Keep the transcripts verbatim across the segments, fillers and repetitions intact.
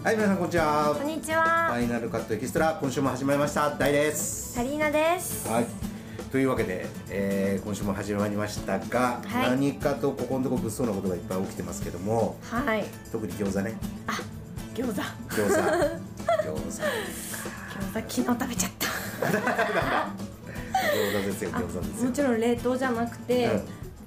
はい、皆さんこんにちは。 こんにちは。 ファイナルカットエキストラ、今週も始まりました。大です。 サリーナです。 はい。というわけで、えー、今週も始まりましたが、はい、何かとここのところ物騒なことがいっぱい起きてますけども、 はい。 特に餃子ね。 あ、餃子。 餃子。餃子。 餃子昨日食べちゃった。 餃子ですよ、餃子ですよ。 もちろん冷凍じゃなくて、うん、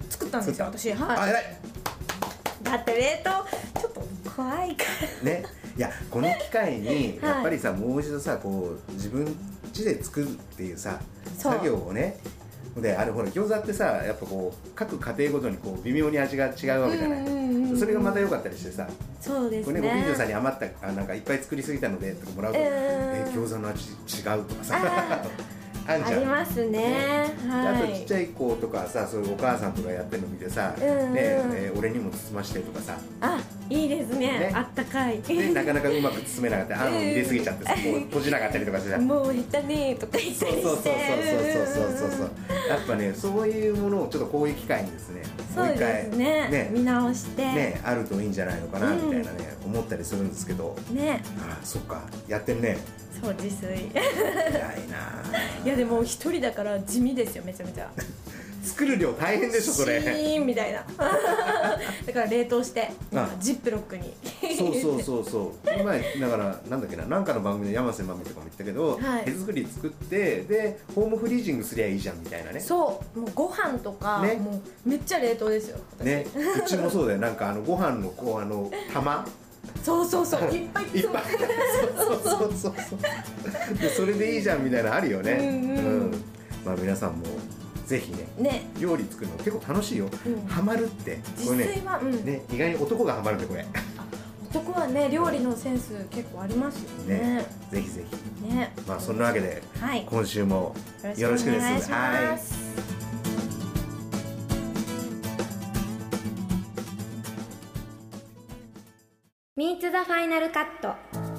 作ったんですよ、私。はい。 あ、偉い。 だって冷凍ちょっと怖いからね。いや、この機会にやっぱりさ、はい、もう一度さ、こう自分家で作るっていうさ作業をね、で、あれほら餃子ってさ、やっぱこう各家庭ごとにこう微妙に味が違うわけじゃない。うんうんうん、それがまた良かったりしてさ。 そうですね。 これね、ご近所さんに余ったあなんかいっぱい作りすぎたのでとかもらうと、えー、餃子の味違うとかさ。 ありますね。 あとちっちゃい子とかさ、そういうお母さんとかやってるの見てさ、ね、えー、俺にも包ましてとかさ。 あ、いいですね。あったかい。 で、なかなかうまく包めなかった。あんを入れすぎちゃってさ、もう閉じなかったりとかしてさ。 もう下手ねとか言ったりして。 そうそうそうそうそうそうそう。やっぱね、そういうものをちょっとこういう機会にですね、 もう一回ね見直してね、あるといいんじゃないのかなみたいなね、思ったりするんですけど。 ね。 あ、そっか、やってんね。 そう、自炊。 偉いな。 いやでも一人だから地味ですよ、めちゃめちゃ。 作る量大変でしょそれ。 シーンみたいな。だから冷凍してジップロックに。 そうそうそうそう。前だからなんだっけな、なんかの番組で山瀬まみとかも言ったけど、 はい、 手作り作ってでホームフリージングすりゃいいじゃんみたいなね。 そう、もうご飯とか、ね、もうめっちゃ冷凍ですよ。 ね、うちもそうだよ。なんかあのご飯のこうあの玉。 そうそうそう、いっぱいいっぱい。 そうそうそうそう。でそれでいいじゃんみたいなのあるよね。うん、うん、まあ皆さんもぜひね、 ね、 料理作るの結構楽しいよ。うん、ハマるってこれね、うん、 ね、意外に男がハマるんでこれ。 男はね、料理のセンス結構ありますよね。ね、 ぜひぜひ。 ね、 まあそんなわけで、 はい、 今週もよろしくです。 お願いします。はい。Meet the Final Cut。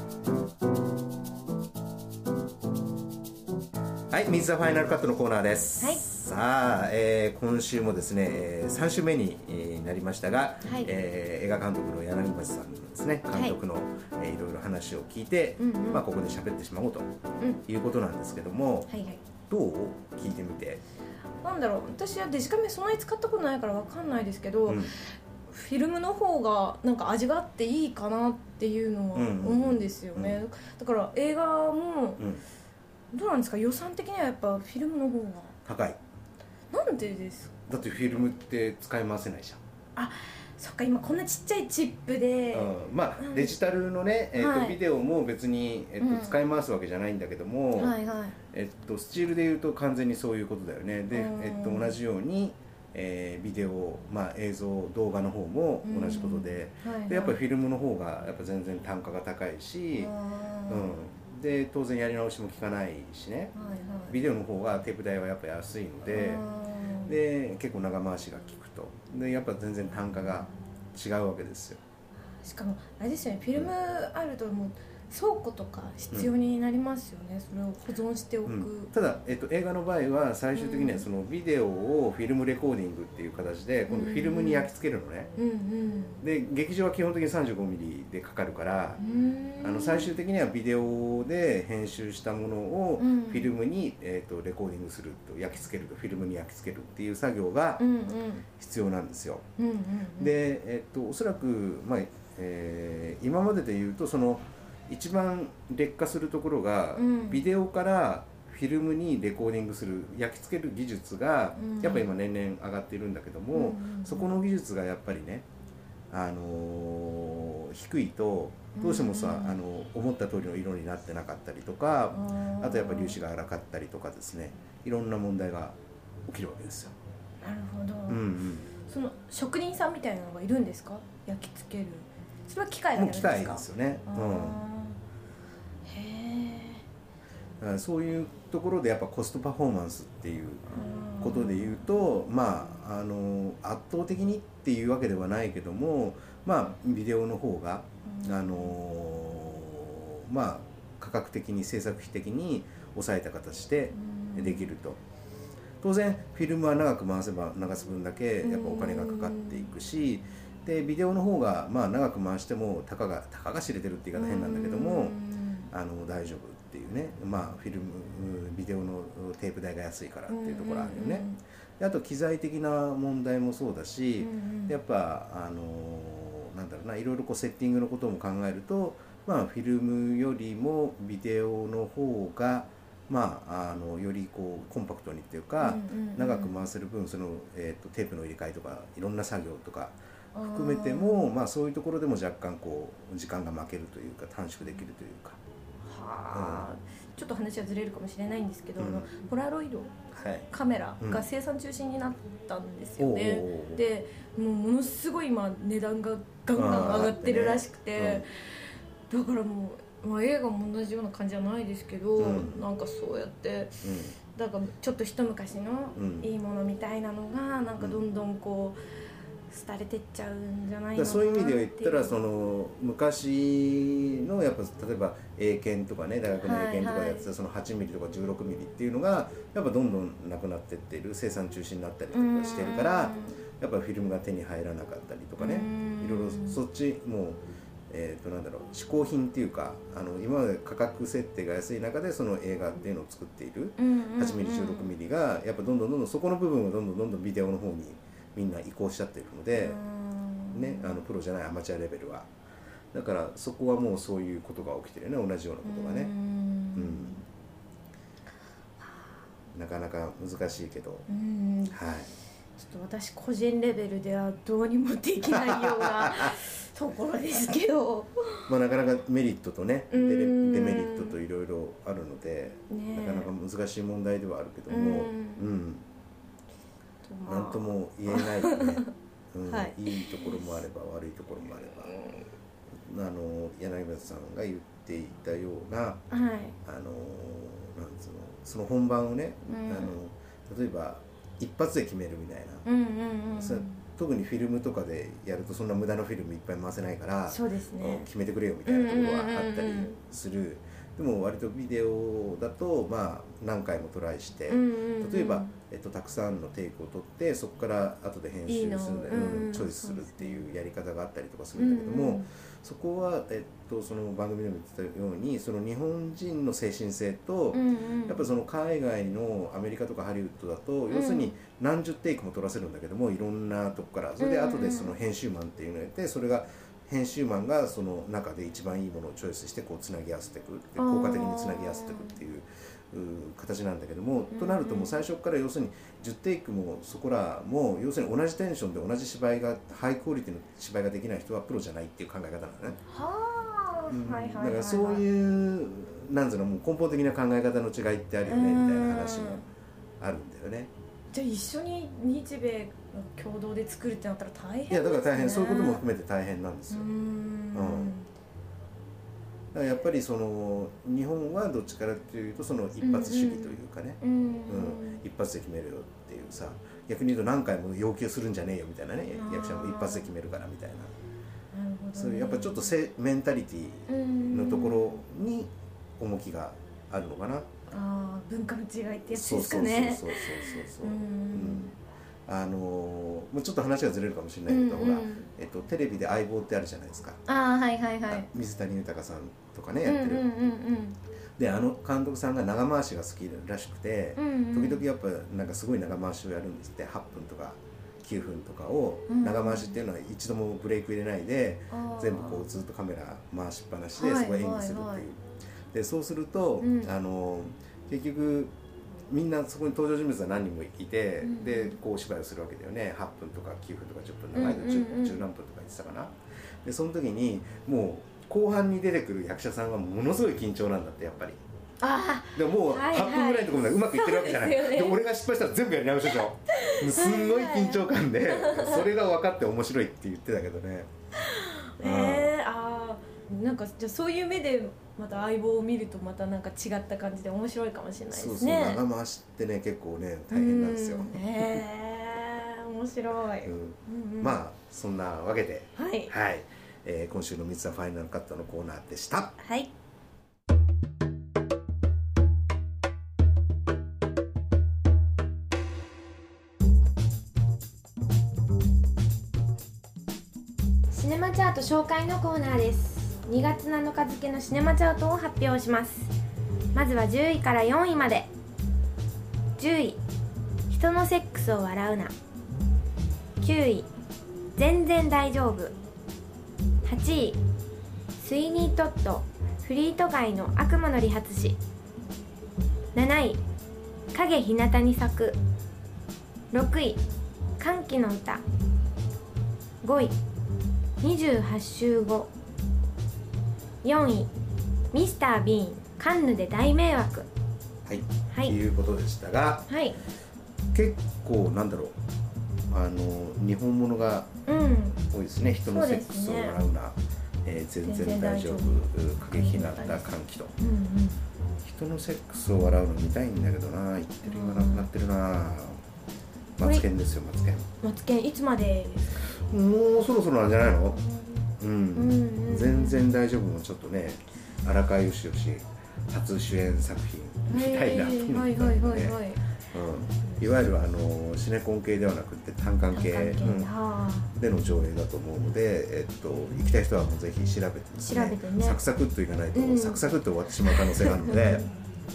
はい、ミーツ・ザ・ファイナルカットのコーナーです。 はい、 さあ、えー、今週もですね、えー、さん週目に、えー、なりましたが、はい、えー、映画監督の柳橋さんのですね、監督の、はい、えー、いろいろ話を聞いて、うんうん、まあ、ここで喋ってしまおうということなんですけども、うん、はいはい、どう聞いてみて。 なんだろう、私はデジカメそんなに使ったことないからわかんないですけど、うん、フィルムの方がなんか味があっていいかなっていうのは思うんですよね。うんうん、だから映画も、うん、どうなんですか、予算的にはやっぱフィルムの方が高い。 なんでですか。 だってフィルムって使い回せないじゃん。 あ、そっか、今こんなちっちゃいチップで、 うん、まあ、うん、デジタルのね、えーとはい、ビデオも別に、えーとうん、使い回すわけじゃないんだけども、はいはい、えーと、スチールでいうと完全にそういうことだよね。で、えーと、同じように、えー、ビデオ、まあ、映像動画の方も同じことで、うん、はいはい、でやっぱりフィルムの方がやっぱ全然単価が高いし、うん、で当然やり直しも効かないしね、はいはい、ビデオの方がテープ代はやっぱ安いので、で結構長回しが効くと、でやっぱ全然単価が違うわけですよ。 しかもあれですよね、フィルムあるともう倉庫とか必要になりますよね、うん、それを保存しておく、うん、 ただ、えっと、映画の場合は最終的にはそのビデオをフィルムレコーディングっていう形で今度フィルムに焼き付けるのね、うんうん、で劇場は基本的に さんじゅうごミリ でかかるから、うん、あの最終的にはビデオで編集したものをフィルムに、えっと、レコーディングすると、焼き付けるとフィルムに焼き付けるっていう作業が必要なんですよ、うんうんうん、で、えっと、おそらく、まあえー、今までで言うとその一番劣化するところが、うん、ビデオからフィルムにレコーディングする焼き付ける技術が、うん、やっぱ今年々上がっているんだけども、うんうんうん、そこの技術がやっぱりね、あのー、低いとどうしてもさ、うんうん、あの思った通りの色になってなかったりとか、あとやっぱ粒子が荒かったりとかですね、いろんな問題が起きるわけですよ。 なるほど、うんうん、その職人さんみたいなのがいるんですか、焼き付ける。それは機械がやるんですか。 もう機械ですよね、うん、へえ。そういうところでやっぱコストパフォーマンスっていうことで言うと、まああの圧倒的にっていうわけではないけども、まあビデオの方があのまあ価格的に制作費的に抑えた形でできると。当然フィルムは長く回せば流す分だけやっぱお金がかかっていくし、 でビデオの方がまあ長く回してもたかがたかが知れてるって言い方変なんだけども、あの大丈夫っていうね、まあフィルムビデオのテープ代が安いからっていうところあるよね。であと機材的な問題もそうだし、でやっぱあのなんだろうないろいろこうセッティングのことも考えると、まあフィルムよりもビデオの方がまあ、あのよりこうコンパクトにっていうか、うんうんうん、長く回せる分その、えーと、テープの入れ替えとかいろんな作業とか含めても、まあ、そういうところでも若干こう時間が負けるというか短縮できるというか、 はあ、うん、ちょっと話はずれるかもしれないんですけど、うん、ポラロイド、はい、カメラが生産中止になったんですよね、うん、でもうものすごい今値段がガンガン上がってるらしくて、ねうん、だからもうまあ、映画も同じような感じじゃないですけど、うん、なんかそうやって、うん、だからちょっと一昔のいいものみたいなのがなんかどんどんこう廃れてっちゃうんじゃないのかなっていう。 そういう意味では言ったらその昔のやっぱ例えば英検とかね大学の英検とかでやってたそのはちミリとかじゅうろくミリっていうのがやっぱどんどんなくなってっている、生産中止になったりとかしてるからやっぱフィルムが手に入らなかったりとかね、いろいろそっちもうえー、となんだろう嗜好品っていうかあの今まで価格設定が安い中でその映画っていうのを作っているはちミリじゅうろくミリがやっぱどんどんどんどんそこの部分をどんどんどんどんビデオの方にみんな移行しちゃってるので、ね、あのプロじゃないアマチュアレベルはだからそこはもうそういうことが起きてるよね、同じようなことがね、うん、なかなか難しいけど、はいちょっと私個人レベルではどうにもできないようなところですけどまあなかなかメリットとねデメリットといろいろあるので、ね、なかなか難しい問題ではあるけども、うん、まあ、なんとも言えないよね、うんはい、いいところもあれば悪いところもあれば、あの柳村さんが言っていたような、はい、あのなんつうのその本番をね、うん、あの例えば一発で決めるみたいな、うんうんうんうん、特にフィルムとかでやるとそんな無駄なフィルムいっぱい回せないから、 そうですね、 決めてくれよみたいなところはあったりする、うんうんうんうん、でも割とビデオだとまあ何回もトライして、うんうんうん、例えば、えっと、たくさんのテイクを取ってそこから後で編集するんだ、うん、チョイスするっていうやり方があったりとかするんだけども、うんうん、そこは、えっと、その番組でも言ってたようにその日本人の精神性と、うんうん、やっぱその海外のアメリカとかハリウッドだと、うん、要するに何十テイクも撮らせるんだけどもいろんなとこからそれで後でその編集マンっていうのをやってそれが編集マンがその中で一番いいものをチョイスしてこうつなぎ合わせていく効果的につなぎ合わせていくっていう形なんだけども、うんうん、となるともう最初から要するにじゅうテイクもそこらも要するに同じテンションで同じ芝居がハイクオリティの芝居ができない人はプロじゃないっていう考え方なのね。 はあ、うん、はいはいはいはい、 だからそういうなんつうのもう根本的な考え方の違いってあるよねみたいな話もあるんだよね。 じゃあ一緒に日米共同で作るってなったら大変ですね。 いやだから大変、そういうことも含めて大変なんですよ。うん、うん、だからやっぱりその日本はどっちからというとその一発主義というかね、うんうんうん、一発で決めるよっていうさ、逆に言うと何回も要求するんじゃねえよみたいなね、役者も一発で決めるからみたいな、なるほどね、そういうやっぱちょっとセメンタリティのところに重きがあるのかな。 あ、文化の違いってやつですかね。 そうそうそうそうそうそう、うん、あのもうちょっと話がずれるかもしれないけど、うんうん、ほら、えっと、テレビで相棒ってあるじゃないですか。 あ、はいはいはい、 水谷豊さんとかねやってる、うんうんうんうん、であの監督さんが長回しが好きらしくて、うんうん、時々やっぱなんかすごい長回しをやるんですって。はっぷんとかきゅうふんとかを長回しっていうのは一度もブレイク入れないで、うん、全部こうずっとカメラ回しっぱなしでそこへ演技するっていう、はいはいはい、でそうすると、うん、あの結局みんなそこに登場人物が何人もいて、うん、でこうお芝居をするわけだよね。はっぷんとかきゅうふんとかじゅっぷん長いの 10, 10何分とか言ってたかな。でその時にもう後半に出てくる役者さんはものすごい緊張なんだってやっぱり。 あでももうはっぷんぐらいのところまでうまくいってるわけじゃない。 で,、ね、で俺が失敗したら全部やり直しでしょ。すんごい緊張感でそれが分かって面白いって言ってたけどね。 えー、あー、なんかじゃあそういう目でまた相棒を見るとまたなんか違った感じで面白いかもしれないですね。 そうそう、長回しってね結構ね大変なんですよ。 へえー、面白い、うんうんうん、まあそんなわけで、はい、はい、えー、今週のミツ・ザ・ファイナルカットのコーナーでした。 はい。 チャート紹介のコーナーです。にがつなのか付のシネマチャートを発表します。まずはじゅういからよんいまで。じゅうい、人のセックスを笑うな。きゅうい、全然大丈夫。はちい、スイニー・トッド、フリート街の悪魔の理髪師。なない、影日向に咲く。ろくい、歓喜の歌。ごい、にじゅうはち週後。よんい、ミスター・ビーン、カンヌで大迷惑。 はい、はい、ということでしたが、 はい、 結構なんだろう、あの日本ものが多いですね、うん、人のセックスを笑うな、えー、全然大丈夫、過激なった歓喜と、うんうん、人のセックスを笑うの見たいんだけどな、言ってる今なくなってるな。マツケンですよ、マツケン。マツケンいつまでですか？もうそろそろなんじゃないの？うん、うんうん、全然大丈夫もちょっとね、荒川よしよし初主演作品みたいなと思ったんでね。いわゆるあのシネコン系ではなくて単館系、うん、での上映だと思うので、えっと、行きたい人はもうぜひ調べてですね、調べてね、サクサクっといかないと、うん、サクサクっと終わってしまう可能性があるので、うん、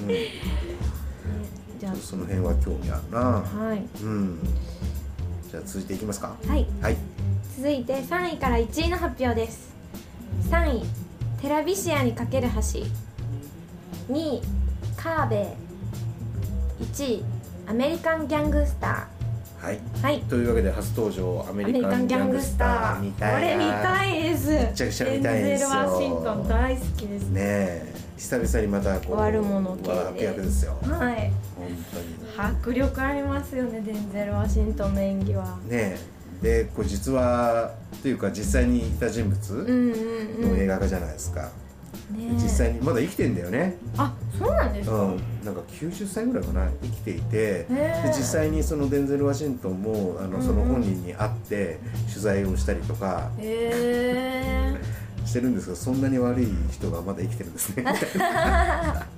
じゃあその辺は興味あるな、はい、うん、じゃあ続いていきますか。はい、はい、続いてさんいからいちいの発表です。さんい、テラビシアにかける橋。にい、カーベイ。いちい、アメリカンギャングスター。はい、はい、というわけで初登場アメリカンギャングスター見たいな。これ見たいです。めちゃくちゃ見たいんですよ。デンゼル・ワシントン大好きですね。ね、久々にまたこう悪者系で悪役ですよ。はい、本当に迫力ありますよね、デンゼル・ワシントンの演技はね。でこれ実話というか実際にいた人物の映画化じゃないですか。ね、実際にまだ生きてんだよね。あ、そうなんですか。うん、なんかきゅうじゅっさいぐらいかな、生きていて、で実際にそのデンゼル・ワシントンもあのその本人に会って取材をしたりとか、へーしてるんですけど、そんなに悪い人がまだ生きてるんですねみたいなあ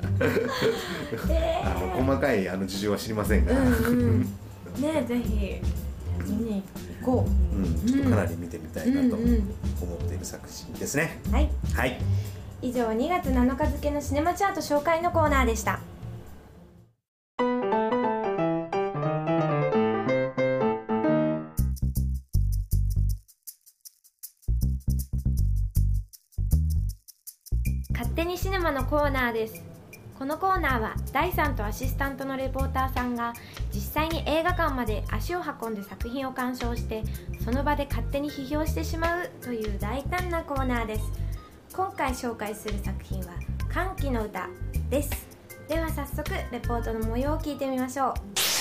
の細かいあの事情は知りませんが、うんうん、ね、ぜひ見に行こう、うん、ちょっとかなり見てみたいなと思っている作品ですね。はい、はい、以上にがつなのか付のシネマチャート紹介のコーナーでした。勝手にシネマのコーナーです。このコーナーはだいさんとアシスタントのレポーターさんが実際に映画館まで足を運んで作品を鑑賞してその場で勝手に批評してしまうという大胆なコーナーです。今回紹介する作品は歓喜の歌です。では早速レポートの模様を聞いてみましょう。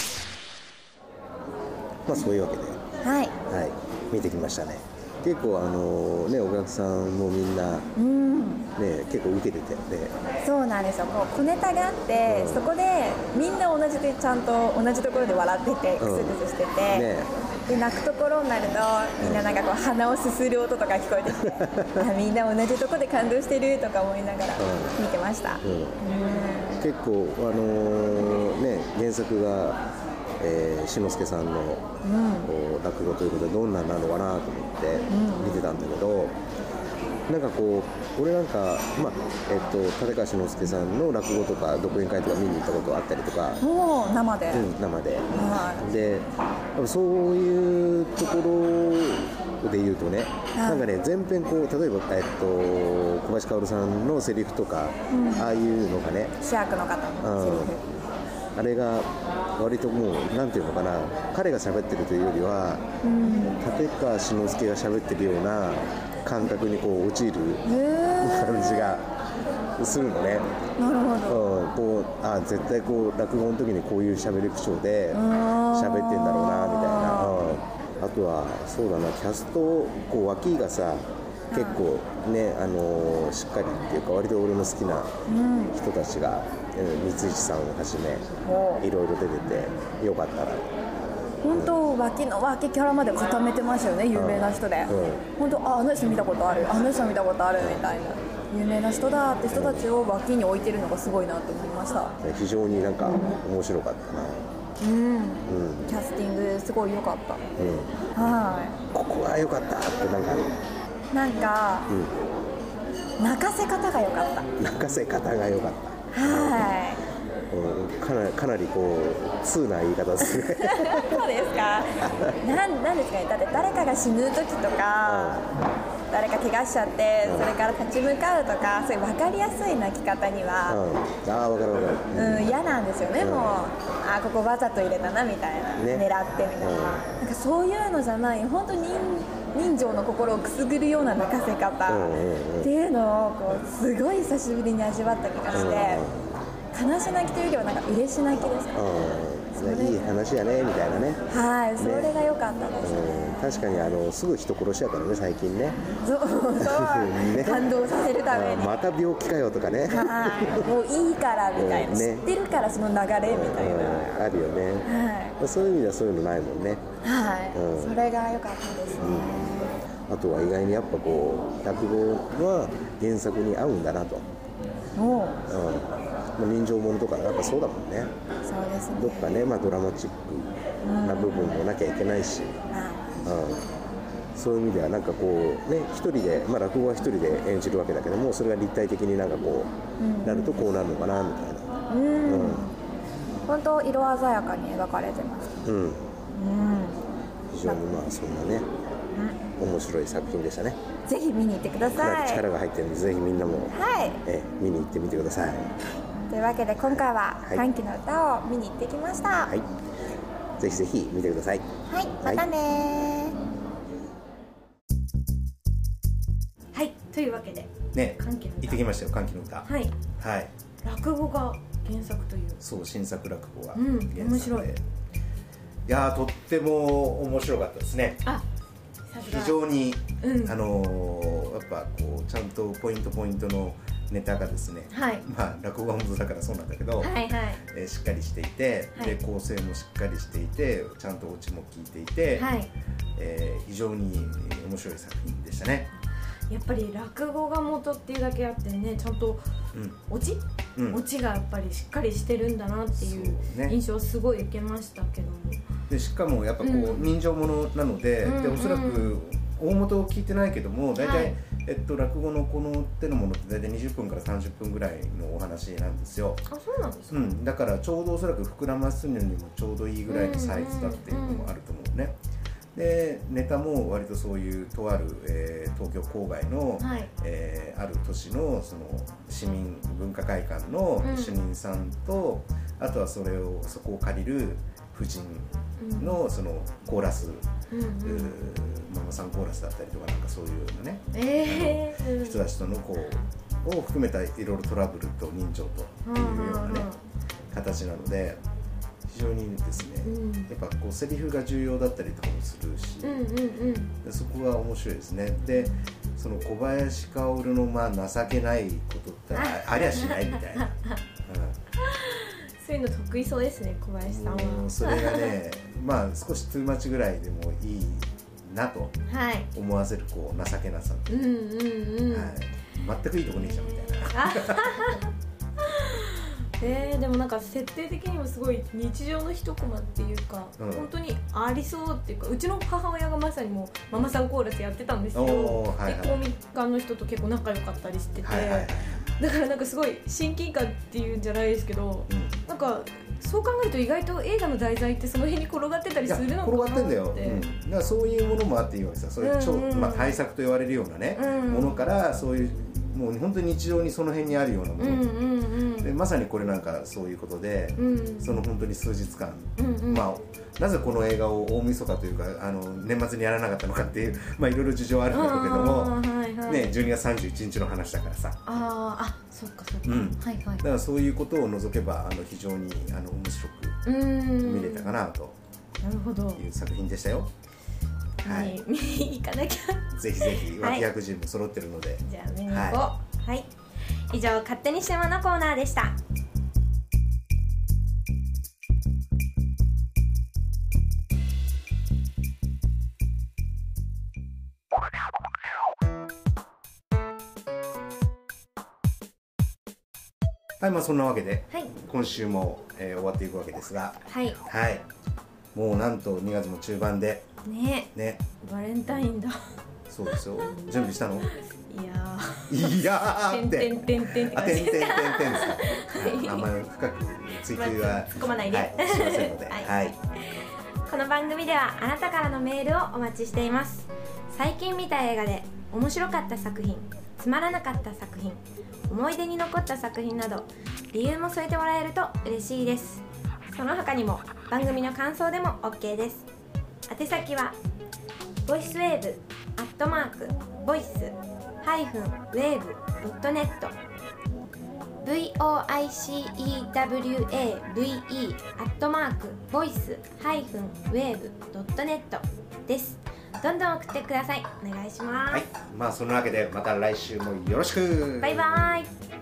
まあそういうわけで、はい、はい、見てきましたね。結構あのね、お客さんもみんな、うん、ね、結構受けてたよね。そうなんですよ。もう小ネタがあって、うん、そこでみんな同じでちゃんと同じところで笑っててクスクスしてて、うんね、で泣くところになるとみんななんかこう鼻をすする音とか聞こえてきてあ、みんな同じところで感動してるとか思いながら見てました。うんうんうん、結構あのー、ね、原作がえー、志の輔さんの、うん、こう落語ということでどんなんなのかなと思って見てたんだけど、うん、なんかこう俺なんか、まあえっと、立川志の輔さんの落語とか独演会とか見に行ったことあったりとか、もう生で、うん、生で、はい、でそういうところで言うとね、なんかね、前編こう例えば、えっと、小林薫さんのセリフとか、うん、ああいうのがね、主役の方のセリフ、うん、あれが割ともうなんていうのかな、彼が喋ってるというよりは、うん、立川志の輔が喋ってるような感覚にこう陥る感じがするのね。なるほど。うん、こうあ絶対こう落語の時にこういう喋り口調で喋ってんだろうなみたいな。うん、あとはそうだな、キャストこう脇がさ結構ね、あのー、しっかりっていうか割と俺の好きな人たちが、うん、三石さんをはじめいろいろ出ててよかったら。本当脇の脇キャラまで固めてましたよね、有名な人で。うんうん、本当ああの人見たことある、あの人見たことあるみたいな、有名な人だって人たちを脇に置いてるのがすごいなって思いました。非常になんか面白かったな。うんうん、キャスティングすごい良かった。うん、はい。ここは良かったってなんかある。 なんか、うん、泣かせ方が良かった。 泣かせ方が良かった。 はい。 かなりかなりこう通な言い方ですね。 そうですか。なん、なんですかね。だって誰かが死ぬ時とか、うん、誰か怪我しちゃって、うん、それから立ち向かうとか、そういう分かりやすい泣き方には、うん、ああ分かる分かる。うん、嫌なんですよね。うん、もうあここわざと入れたなみたいな、ね、狙ってみたいな、うん、なんかそういうのじゃない、本当に人情の心をくすぐるような泣かせ方っていうのをこうすごい久しぶりに味わった気がして、悲し泣きというよりはなんか嬉し泣きですかね。 いい話やねみたいなね。 はい、それが良かったですね。 うん、確かにあのすぐ人殺しやからね最近ね。 そうそう、ね、感動させるために。 また病気かよとかね。 はい、もういいからみたいな、ね、知ってるからその流れみたいな、うん、 あるよね。はい、そういう意味ではそういうのないもんね。 はい、うん、それが良かったですね。 うん、あとは意外にやっぱこう落語は原作に合うんだなと。おう、うん、人情ものとかやっぱそうだもんね。 そうですね。 どっかね、まあ、ドラマチックな部分もなきゃいけないし、うんうん、そういう意味ではなんかこうね一人で、まあ、落語は一人で演じるわけだけども、それが立体的になんかこう、うん、なるとこうなるのかなみたいな。うん、うん、 本当色鮮やかに描かれてます。うん、うん、 非常にまあそんなね、うん、面白い作品でしたね。 ぜひ見に行ってください。 力が入ってるんでぜひみんなも、はい、え見に行ってみてください。 というわけで今回は歓喜の歌を見に行ってきました。はい、 ぜひぜひ見てください。 はい、またね。 はい、というわけでね、歓喜の歌行ってきましたよ。歓喜の歌。はい、はい、 落語が原作という。 そう、新作落語が原作で、うん、面白い。いやー、とっても面白かったですね。あ、非常に、うん、あのー、やっぱこうちゃんとポイントポイントのネタがですね、はい、まあ落語が元だからそうなんだけど、はいはい、えー、しっかりしていて、はい、で構成もしっかりしていて、ちゃんとオチも効いていて、はい、えー、非常に面白い作品でしたね。 やっぱり落語が元っていうだけあってね、ちゃんとオチ、うん、オチがやっぱりしっかりしてるんだなっていう印象をすごい受けましたけども、 でしかもやっぱこう、うん、人情ものなので、うんうん、でおそらく大元を聞いてないけども、大体、はい、えっと、落語のこの手のものって大体にじゅっぷんからさんじゅっぷんぐらいのお話なんですよ。 あ、そうなんですか。 うん、だからちょうどおそらく膨らますのにもちょうどいいぐらいのサイズだっていうのもあると思うね。でネタも割とそういうとある、えー、東京郊外の、はい、えー、ある都市のその市民文化会館の主任さんと、うん、あとはそれをそこを借りる婦人のそのコーラス、うんうん、ママさんコーラスだったりとかなんかそういうのね、えー、あの人たちとのこうを含めたいろいろトラブルと人情とっていうようなね、形なので非常にですね、うん、やっぱこうセリフが重要だったりとかもするし、うんうんうん、でそこが面白いですね。でその小林薫のまあ情けないことってありゃしないみたいな、うん、 そういうの得意そうですね、小林さんは。 それがねまあ少しトゥーマッチぐらいでもいいなと思わせるこう情けなさって、うんうんうん、はい、全くいいとこねえじゃんみたいなえー、でもなんか設定的にもすごい日常の一コマっていうか、うん、本当にありそうっていうか、うちの母親がまさにもうママさんコーラスやってたんですよ、はいはい、で公民館の人と結構仲良かったりしてて、はいはいはい、だからなんかすごい親近感っていうんじゃないですけど、うん、なんかそう考えると意外と映画の題材ってその辺に転がってたりするのかなって。 転がってんだよ、うん、だからそういうものもあっていいわけさ。そういう超、うんうん、まあ、対策と言われるようなね、うん、ものからそういうもう本当に日常にその辺にあるようなもの、うんうんうん、でまさにこれなんかそういうことで、うん、その本当に数日間、うんうん、まあ、なぜこの映画を大晦日というかあの年末にやらなかったのかっていう、まあ、いろいろ事情あるんだろうけども、はいはい、ね、じゅうにがつさんじゅういちにちの話だからさ、 ああ、そっかそっか、うん、はいはい、 だからそういうことを除けばあの非常にあの面白く見れたかなという作品でしたよ。 はい、見に行かなきゃぜひぜひ脇役陣も揃ってるので、はい、 じゃあ見に行こう。はい、はい、以上勝手にしてものコーナーでした。 はい、まあそんなわけで、はい、今週も、えー、終わっていくわけですが、はい、はい、もうなんとにがつも中盤でね、ね、バレンタインだ。 そうですよ。準備したの？ いやーいやーっててんてんてんてんってあ、 感じてんてんてんてんですか。あんまり深く追求は、 まあ突っ込まないで、 はい、しませんので、 はいはい。 この番組ではあなたからのメールをお待ちしています。最近見た映画で面白かった作品、つまらなかった作品、思い出に残った作品など理由も添えてもらえると嬉しいです。その他にも番組の感想でも OK です。宛先はボイスウェーブアットマークボイスハイフンウェーブドットネット ブイオーアイシーイーダブリューエーブイイー アットマークボイスハイフンウェーブドットネットです。どんどん送ってください。お願いします。 はい、まあそのわけでまた来週もよろしく。 バイバイ。